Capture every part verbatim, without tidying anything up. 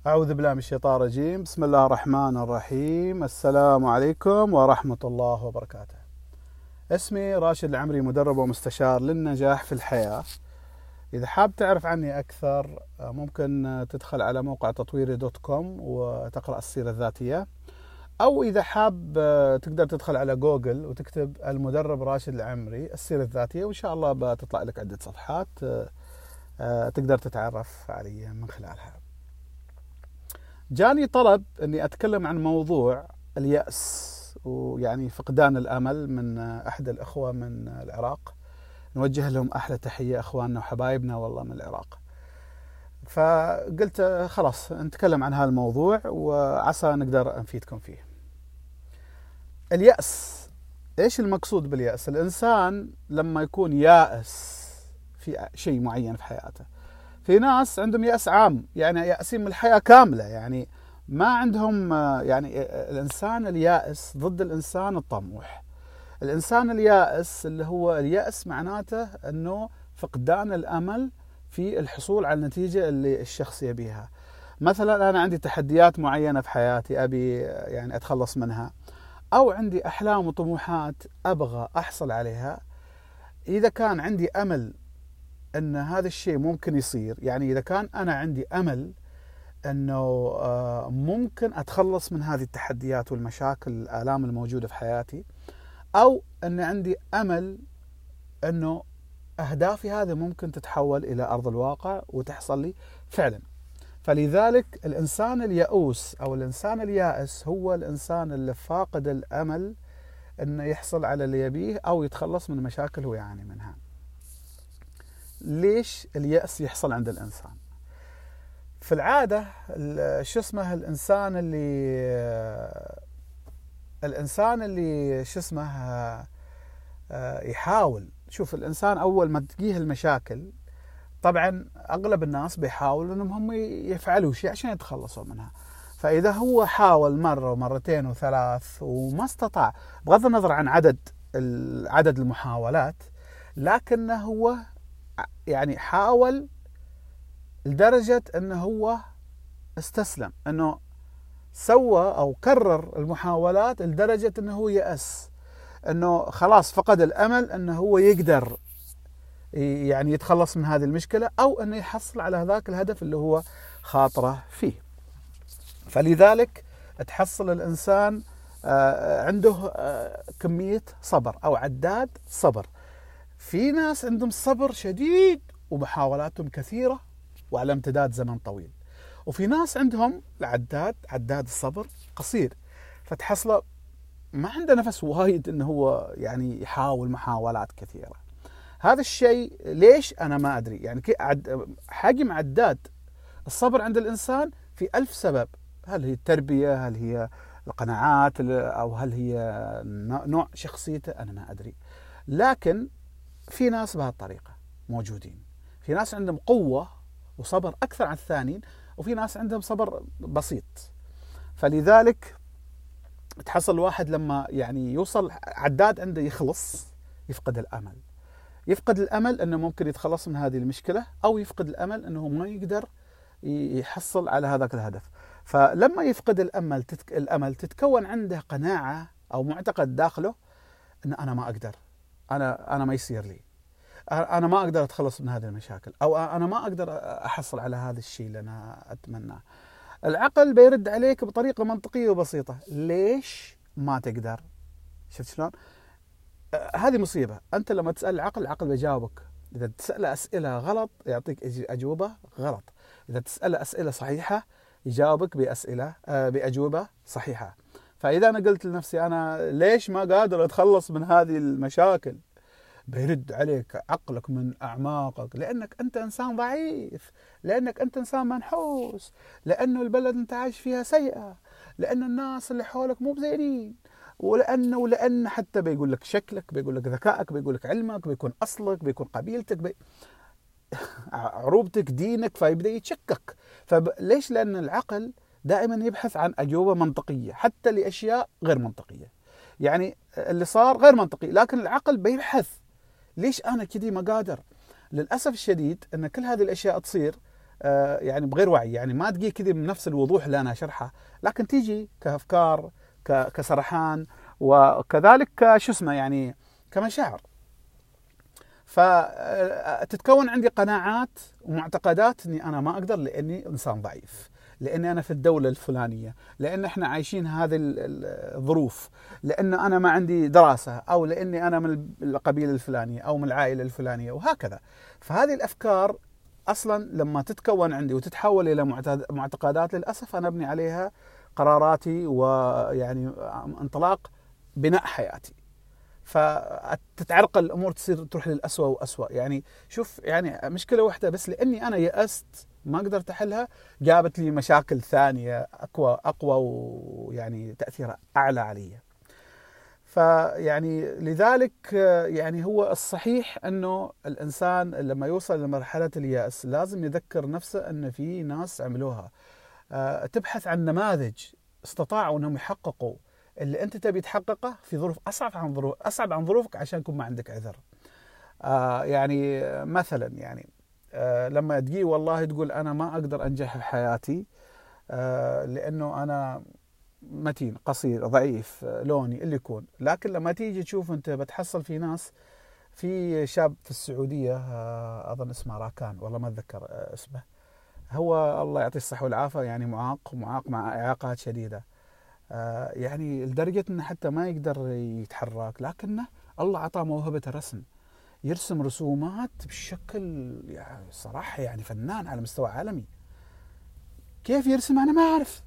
أعوذ بالله من الشيطان الرجيم. بسم الله الرحمن الرحيم. السلام عليكم ورحمة الله وبركاته. اسمي راشد العمري، مدرب ومستشار للنجاح في الحياة. إذا حاب تعرف عني أكثر ممكن تدخل على موقع تطويري دوت كوم وتقرأ السيرة الذاتية، أو إذا حاب تقدر تدخل على جوجل وتكتب المدرب راشد العمري السيرة الذاتية، وإن شاء الله بتطلع لك عدة صفحات تقدر تتعرف علي من خلالها. جاني طلب أني أتكلم عن موضوع اليأس ويعني فقدان الأمل من أحد الأخوة من العراق. نوجه لهم أحلى تحية، أخواننا وحبايبنا والله من العراق. فقلت خلاص نتكلم عن هذا الموضوع وعسى نقدر نفيدكم فيه. اليأس، إيش المقصود باليأس؟ الإنسان لما يكون يائس في شيء معين في حياته. في ناس عندهم يأس عام، يعني يأسين من الحياة كاملة، يعني ما عندهم، يعني الإنسان اليائس ضد الإنسان الطموح. الإنسان اليائس اللي هو اليأس معناته أنه فقدان الأمل في الحصول على النتيجة اللي الشخص يبيها. مثلا أنا عندي تحديات معينة في حياتي أبي يعني أتخلص منها، أو عندي أحلام وطموحات أبغى أحصل عليها. إذا كان عندي أمل أن هذا الشيء ممكن يصير، يعني إذا كان أنا عندي أمل أنه ممكن أتخلص من هذه التحديات والمشاكل الآلام الموجودة في حياتي، أو أن عندي أمل أنه أهدافي هذه ممكن تتحول إلى أرض الواقع وتحصل لي فعلا. فلذلك الإنسان اليئوس أو الإنسان اليائس هو الإنسان اللي فاقد الأمل أنه يحصل على اللي يبيه أو يتخلص من مشاكل هو يعاني منها. ليش اليأس يحصل عند الإنسان؟ في العادة شو اسمه الإنسان اللي الإنسان اللي شو اسمه يحاول. شوف، الإنسان أول ما تجيه المشاكل طبعا أغلب الناس بيحاولوا أنهم هم يفعلوا شيء عشان يتخلصوا منها. فإذا هو حاول مرة ومرتين وثلاث وما استطاع، بغض النظر عن عدد عدد المحاولات، لكنه هو يعني حاول لدرجة أنه هو استسلم، أنه سوى أو كرر المحاولات لدرجة أنه هو يأس، أنه خلاص فقد الأمل أنه هو يقدر يعني يتخلص من هذه المشكلة، أو أنه يحصل على هذاك الهدف اللي هو خاطره فيه. فلذلك تحصل الإنسان عنده كمية صبر أو عداد صبر. في ناس عندهم صبر شديد ومحاولاتهم كثيرة وعلى امتداد زمن طويل، وفي ناس عندهم العداد عداد الصبر قصير، فتحصله ما عنده نفس وايد انه هو يعني يحاول محاولات كثيرة. هذا الشيء ليش أنا ما أدري. يعني حجم عداد الصبر عند الإنسان في ألف سبب. هل هي التربية، هل هي القناعات، أو هل هي نوع شخصيته، أنا ما أدري. لكن في ناس بهالطريقة موجودين. في ناس عندهم قوة وصبر أكثر عن الثانيين، وفي ناس عندهم صبر بسيط. فلذلك تحصل الواحد لما يعني يوصل عداد عنده يخلص يفقد الأمل. يفقد الأمل أنه ممكن يتخلص من هذه المشكلة، أو يفقد الأمل أنه ما يقدر يحصل على هذاك الهدف. فلما يفقد الأمل تتك... الأمل تتكون عنده قناعة أو معتقد داخله أن أنا ما أقدر، أنا أنا ما يصير لي، أنا ما أقدر أتخلص من هذه المشاكل، أو أنا ما أقدر أحصل على هذا الشيء اللي أنا أتمناه. العقل بيرد عليك بطريقة منطقية وبسيطة، ليش ما تقدر؟ شفت شلون؟ هذه مصيبة. أنت لما تسأل العقل، العقل بيجاوبك. إذا تسأله أسئلة غلط يعطيك أجوبة غلط، إذا تسأله أسئلة صحيحة يجاوبك بأسئلة بأجوبة صحيحة. فإذا أنا قلت لنفسي أنا ليش ما قادر أتخلص من هذه المشاكل، بيرد عليك عقلك من أعماقك، لأنك أنت إنسان ضعيف، لأنك أنت إنسان منحوس، لأنه البلد أنت عايش فيها سيئة، لأن الناس اللي حولك مو بزينين، ولأنه ولأن حتى بيقول لك شكلك، بيقول لك ذكائك، بيقول لك علمك، بيكون أصلك، بيكون قبيلتك، بي... عروبتك، دينك، فيبدأ يتشكك. فليش؟ لأن العقل دائما يبحث عن أجوبة منطقية حتى لأشياء غير منطقية. يعني اللي صار غير منطقي، لكن العقل بيبحث ليش أنا كذي ما قادر. للأسف الشديد أن كل هذه الأشياء تصير يعني بغير وعي، يعني ما تجي كذا بنفس الوضوح اللي انا اشرحه، لكن تيجي كافكار كسرحان، وكذلك كشو اسمه يعني كمشاعر. فتتكون عندي قناعات ومعتقدات اني انا ما اقدر لاني انسان ضعيف، لاني انا في الدوله الفلانيه، لان احنا عايشين هذه الظروف، لان انا ما عندي دراسه، او لاني انا من القبيله الفلانيه او من العائله الفلانيه، وهكذا. فهذه الافكار اصلا لما تتكون عندي وتتحول الى معتقدات، للاسف انا ابني عليها قراراتي ويعني انطلاق بناء حياتي. فتتعرقل الامور، تصير تروح للأسوأ وأسوأ. يعني شوف، يعني مشكله واحده بس لاني انا يأست ما قدرت احلها، جابت لي مشاكل ثانيه اقوى اقوى ويعني تاثيرها اعلى علي. فيعني لذلك يعني هو الصحيح انه الانسان لما يوصل لمرحله اليأس لازم يذكر نفسه ان في ناس عملوها. تبحث عن نماذج استطاعوا انهم يحققوا اللي انت تبي تحققه في ظروف اصعب عن ظروف اصعب عن ظروفك، عشان يكون ما عندك عذر. آه يعني مثلا يعني آه لما تجي والله تقول انا ما اقدر انجح بحياتي آه لانه انا متين، قصير، ضعيف، لوني اللي يكون، لكن لما تيجي تشوف انت بتحصل في ناس. في شاب في السعوديه آه اظن اسمه راكان، والله ما اتذكر آه اسمه، هو الله يعطيه الصحه والعافيه، يعني معاق معاق مع اعاقات شديده. آه يعني لدرجة أنه حتى ما يقدر يتحرك، لكنه الله عطاه موهبة الرسم، يرسم رسومات بشكل يعني صراحة يعني فنان على مستوى عالمي. كيف يرسم أنا ما أعرف،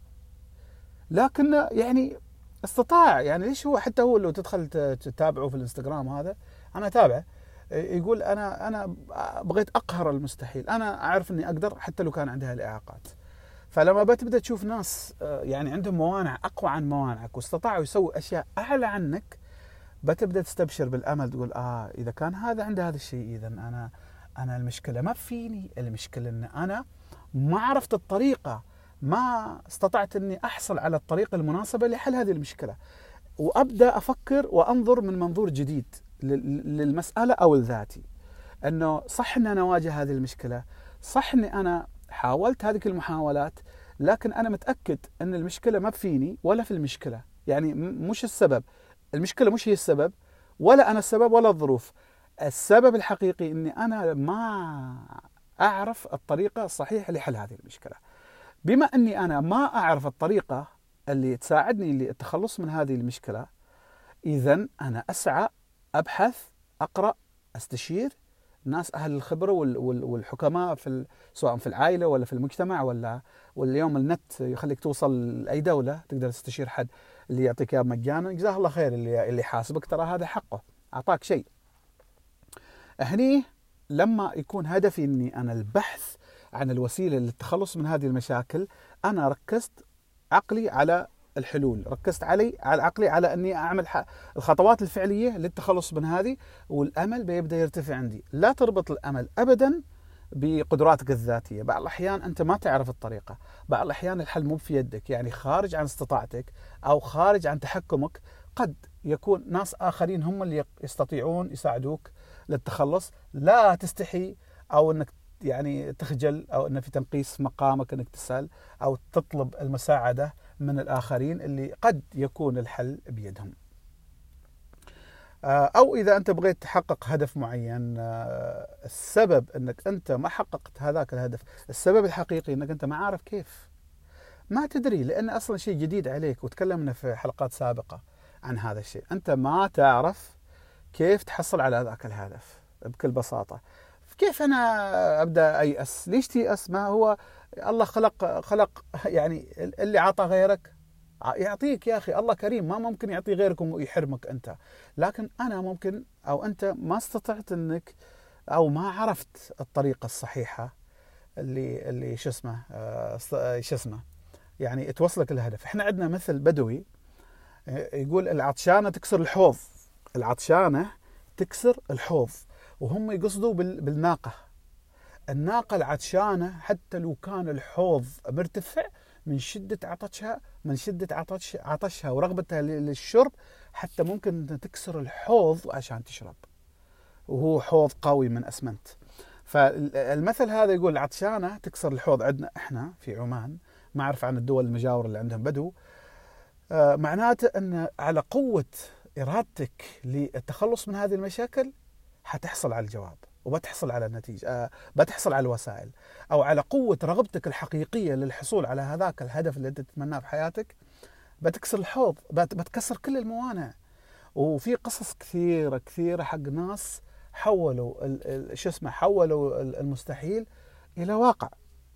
لكنه يعني استطاع. يعني ليش هو حتى هو لو تدخل تتابعه في الانستغرام، هذا أنا أتابعه، يقول أنا أنا بغيت أقهر المستحيل، أنا أعرف أني أقدر حتى لو كان عندها الإعاقات. فلما بتبدأ تشوف ناس يعني عندهم موانع أقوى عن موانعك واستطاعوا يسووا أشياء أعلى عنك، بتبدأ تستبشر بالأمل، تقول آه إذا كان هذا عنده هذا الشيء، إذا أنا أنا المشكلة ما فيني، المشكلة أن أنا ما عرفت الطريقة، ما استطعت أني أحصل على الطريقة المناسبة لحل هذه المشكلة. وأبدأ أفكر وأنظر من منظور جديد للمسألة أو الذاتي، أنه صح أن أنا أواجه هذه المشكلة، صح أني أنا حاولت هذه المحاولات، لكن أنا متأكد أن المشكلة ما فيني ولا في المشكلة، يعني مش السبب، المشكلة مش هي السبب، ولا أنا السبب ولا الظروف. السبب الحقيقي أني أنا ما أعرف الطريقة الصحيحة لحل هذه المشكلة. بما أني أنا ما أعرف الطريقة اللي تساعدني للتخلص من هذه المشكلة، إذن أنا أسعى، أبحث، أقرأ، أستشير ناس أهل الخبرة والحكماء في سواء في العائلة ولا في المجتمع، ولا واليوم النت يخليك توصل لأي دولة تقدر تستشير حد اللي يعطيك إياه مجانا، جزاه الله خير. اللي اللي حاسبك ترى هذا حقه، أعطاك شيء. هني لما يكون هدفي إني أنا البحث عن الوسيلة للتخلص من هذه المشاكل، أنا ركزت عقلي على الحلول، ركزت علي على عقلي على اني اعمل الخطوات الفعليه للتخلص من هذه، والامل بيبدا يرتفع عندي. لا تربط الامل ابدا بقدراتك الذاتيه، بعض الاحيان انت ما تعرف الطريقه، بعض الاحيان الحل مو في يدك، يعني خارج عن استطاعتك او خارج عن تحكمك. قد يكون ناس اخرين هم اللي يستطيعون يساعدوك للتخلص. لا تستحي او انك يعني تخجل، او ان في تنقيص مقامك انك تسال او تطلب المساعده من الآخرين اللي قد يكون الحل بيدهم. أو إذا أنت بغيت تحقق هدف معين، السبب أنك أنت ما حققت هذاك الهدف، السبب الحقيقي أنك أنت ما عارف كيف، ما تدري، لأن أصلا شيء جديد عليك، وتكلمنا في حلقات سابقة عن هذا الشيء. أنت ما تعرف كيف تحصل على ذاك الهدف بكل بساطة. كيف أنا أبدأ أيأس؟ ليش تيأس؟ ما هو الله خلق خلق يعني اللي عطى غيرك يعطيك. يا أخي الله كريم، ما ممكن يعطي غيرك ويحرمك أنت، لكن أنا ممكن أو أنت ما استطعت أنك أو ما عرفت الطريقة الصحيحة اللي اللي شو اسمه آه شو اسمه يعني توصلك الهدف. احنا عندنا مثل بدوي يقول العطشانة تكسر الحوض، العطشانة تكسر الحوض، وهم يقصدوا بالناقة. الناقة العطشانة حتى لو كان الحوض مرتفع، من شدة عطشها من شدة عطش عطشها ورغبتها للشرب، حتى ممكن تكسر الحوض عشان تشرب، وهو حوض قوي من أسمنت. فالمثل هذا يقول العطشانة تكسر الحوض. عندنا احنا في عمان، ما أعرف عن الدول المجاورة اللي عندهم بدو. آه معناته أن على قوة إرادتك للتخلص من هذه المشاكل حتحصل على الجواب، وبتحصل على النتيجة، آه بتحصل على الوسائل، أو على قوة رغبتك الحقيقية للحصول على هذاك الهدف اللي أنت تتمناه في حياتك بتكسر الحوض، بتكسر كل الموانع. وفي قصص كثيرة كثيرة حق ناس حولوا شو اسمه حولوا المستحيل إلى واقع.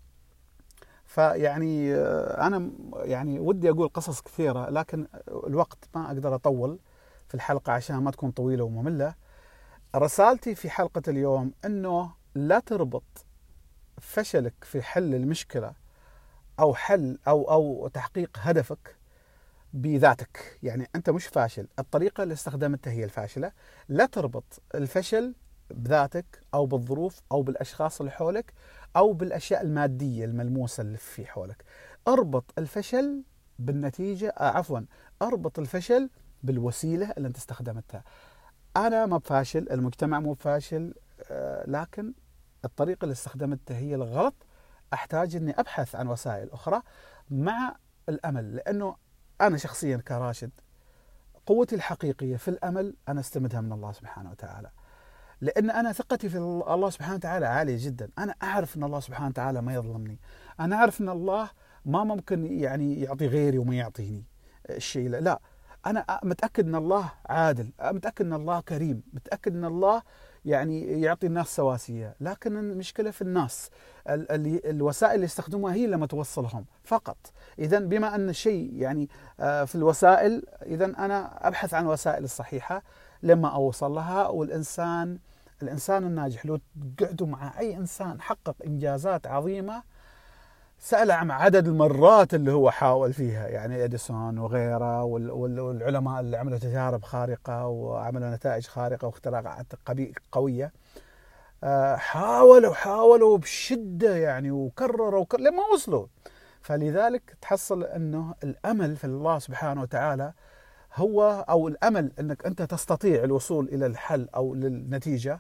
فيعني أنا يعني ودي أقول قصص كثيرة، لكن الوقت ما أقدر أطول في الحلقة عشان ما تكون طويلة ومملة. رسالتي في حلقة اليوم أنه لا تربط فشلك في حل المشكلة أو حل أو أو تحقيق هدفك بذاتك. يعني أنت مش فاشل، الطريقة اللي استخدمتها هي الفاشلة. لا تربط الفشل بذاتك أو بالظروف أو بالأشخاص اللي حولك أو بالأشياء المادية الملموسة اللي في حولك. أربط الفشل بالنتيجة، آه عفوا أربط الفشل بالوسيلة اللي أنت استخدمتها. أنا ما بفاشل، المجتمع مو بفاشل، آه لكن الطريقة اللي استخدمتها هي الغلط. أحتاج أني أبحث عن وسائل أخرى مع الأمل، لأنه أنا شخصيا كراشد قوتي الحقيقية في الأمل أنا استمدها من الله سبحانه وتعالى، لأن أنا ثقتي في الله سبحانه وتعالى عالية جدا. أنا أعرف أن الله سبحانه وتعالى ما يظلمني، أنا أعرف أن الله ما ممكن يعني يعطي غيري وما يعطيني الشيء. لا, لا أنا متأكد أن الله عادل، متأكد أن الله كريم، متأكد أن الله يعني يعطي الناس سواسية. لكن المشكلة في الناس، الوسائل اللي يستخدموها هي لما توصلهم فقط. إذا بما أن الشيء يعني في الوسائل، إذا أنا أبحث عن الوسائل الصحيحة لما أوصل لها. والإنسان الإنسان الناجح لو قعدوا مع أي إنسان حقق إنجازات عظيمة سأل عن عدد المرات اللي هو حاول فيها، يعني إديسون وغيره والعلماء اللي عملوا تجارب خارقة وعملوا نتائج خارقة واختراعات قوية، حاولوا حاولوا بشدة يعني وكرروا وكرروا لما وصلوا. فلذلك تحصل أنه الأمل في الله سبحانه وتعالى هو، أو الأمل أنك أنت تستطيع الوصول إلى الحل أو للنتيجة،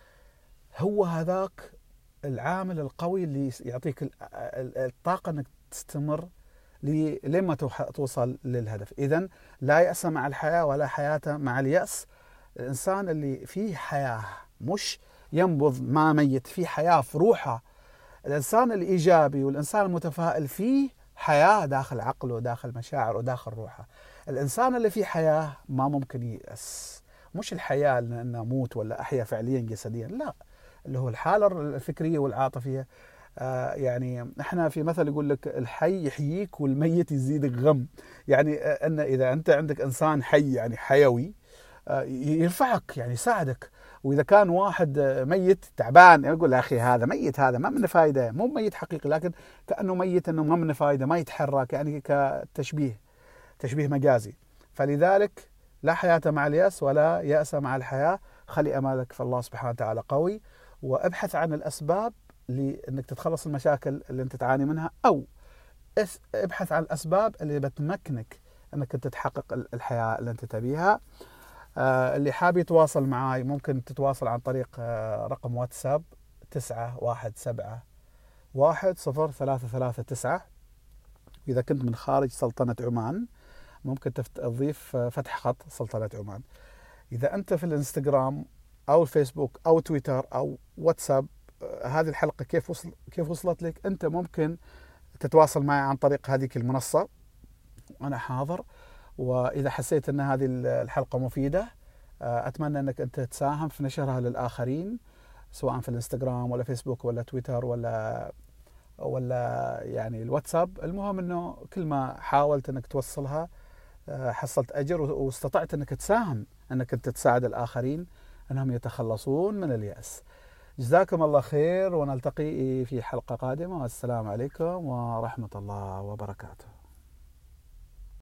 هو هذاك العامل القوي اللي يعطيك الطاقة أنك تستمر لما توصل للهدف. إذن لا يأس مع الحياة ولا حياة مع اليأس. الإنسان اللي فيه حياة مش ينبض ما ميت، فيه حياة في روحه. الإنسان الإيجابي والإنسان المتفائل فيه حياة داخل عقله وداخل مشاعره وداخل روحه. الإنسان اللي فيه حياة ما ممكن ييأس. مش الحياة أن أموت ولا أحيا فعليا جسديا، لا، اللي هو الحالة الفكرية والعاطفية. آه يعني احنا في مثل يقول لك الحي يحييك والميت يزيدك غم. يعني آه ان اذا انت عندك انسان حي يعني حيوي آه يرفعك يعني يساعدك. واذا كان واحد ميت تعبان يقول يا اخي هذا ميت، هذا ما منه فايده، مو ميت حقيقي لكن كانه ميت انه ما منه فايده، ما يتحرك، يعني كتشبيه تشبيه مجازي. فلذلك لا حياة مع اليأس ولا يأس مع الحياة. خلي امالك في الله سبحانه وتعالى قوي، وابحث عن الاسباب لانك تتخلص المشاكل اللي انت تعاني منها، او ابحث عن الاسباب اللي بتمكنك انك تتحقق الحياه اللي انت تبيها. آه اللي حاب يتواصل معاي ممكن تتواصل عن طريق آه رقم واتساب تسعة واحد سبعة واحد صفر ثلاثة ثلاثة تسعة. اذا كنت من خارج سلطنه عمان ممكن تضيف فتح خط سلطنه عمان. اذا انت في الانستغرام او الفيسبوك او تويتر او واتساب، هذه الحلقة كيف وصل كيف وصلت لك، أنت ممكن تتواصل معي عن طريق هذه المنصة وأنا حاضر. وإذا حسيت أن هذه الحلقة مفيدة أتمنى أنك أنت تساهم في نشرها للآخرين، سواء في الانستغرام ولا فيسبوك ولا تويتر ولا ولا يعني الواتساب. المهم أنه كل ما حاولت أنك توصلها حصلت أجر، واستطعت أنك تساهم أنك أنت تساعد الآخرين أنهم يتخلصون من اليأس. جزاكم الله خير، ونلتقي في حلقة قادمة، والسلام عليكم ورحمة الله وبركاته.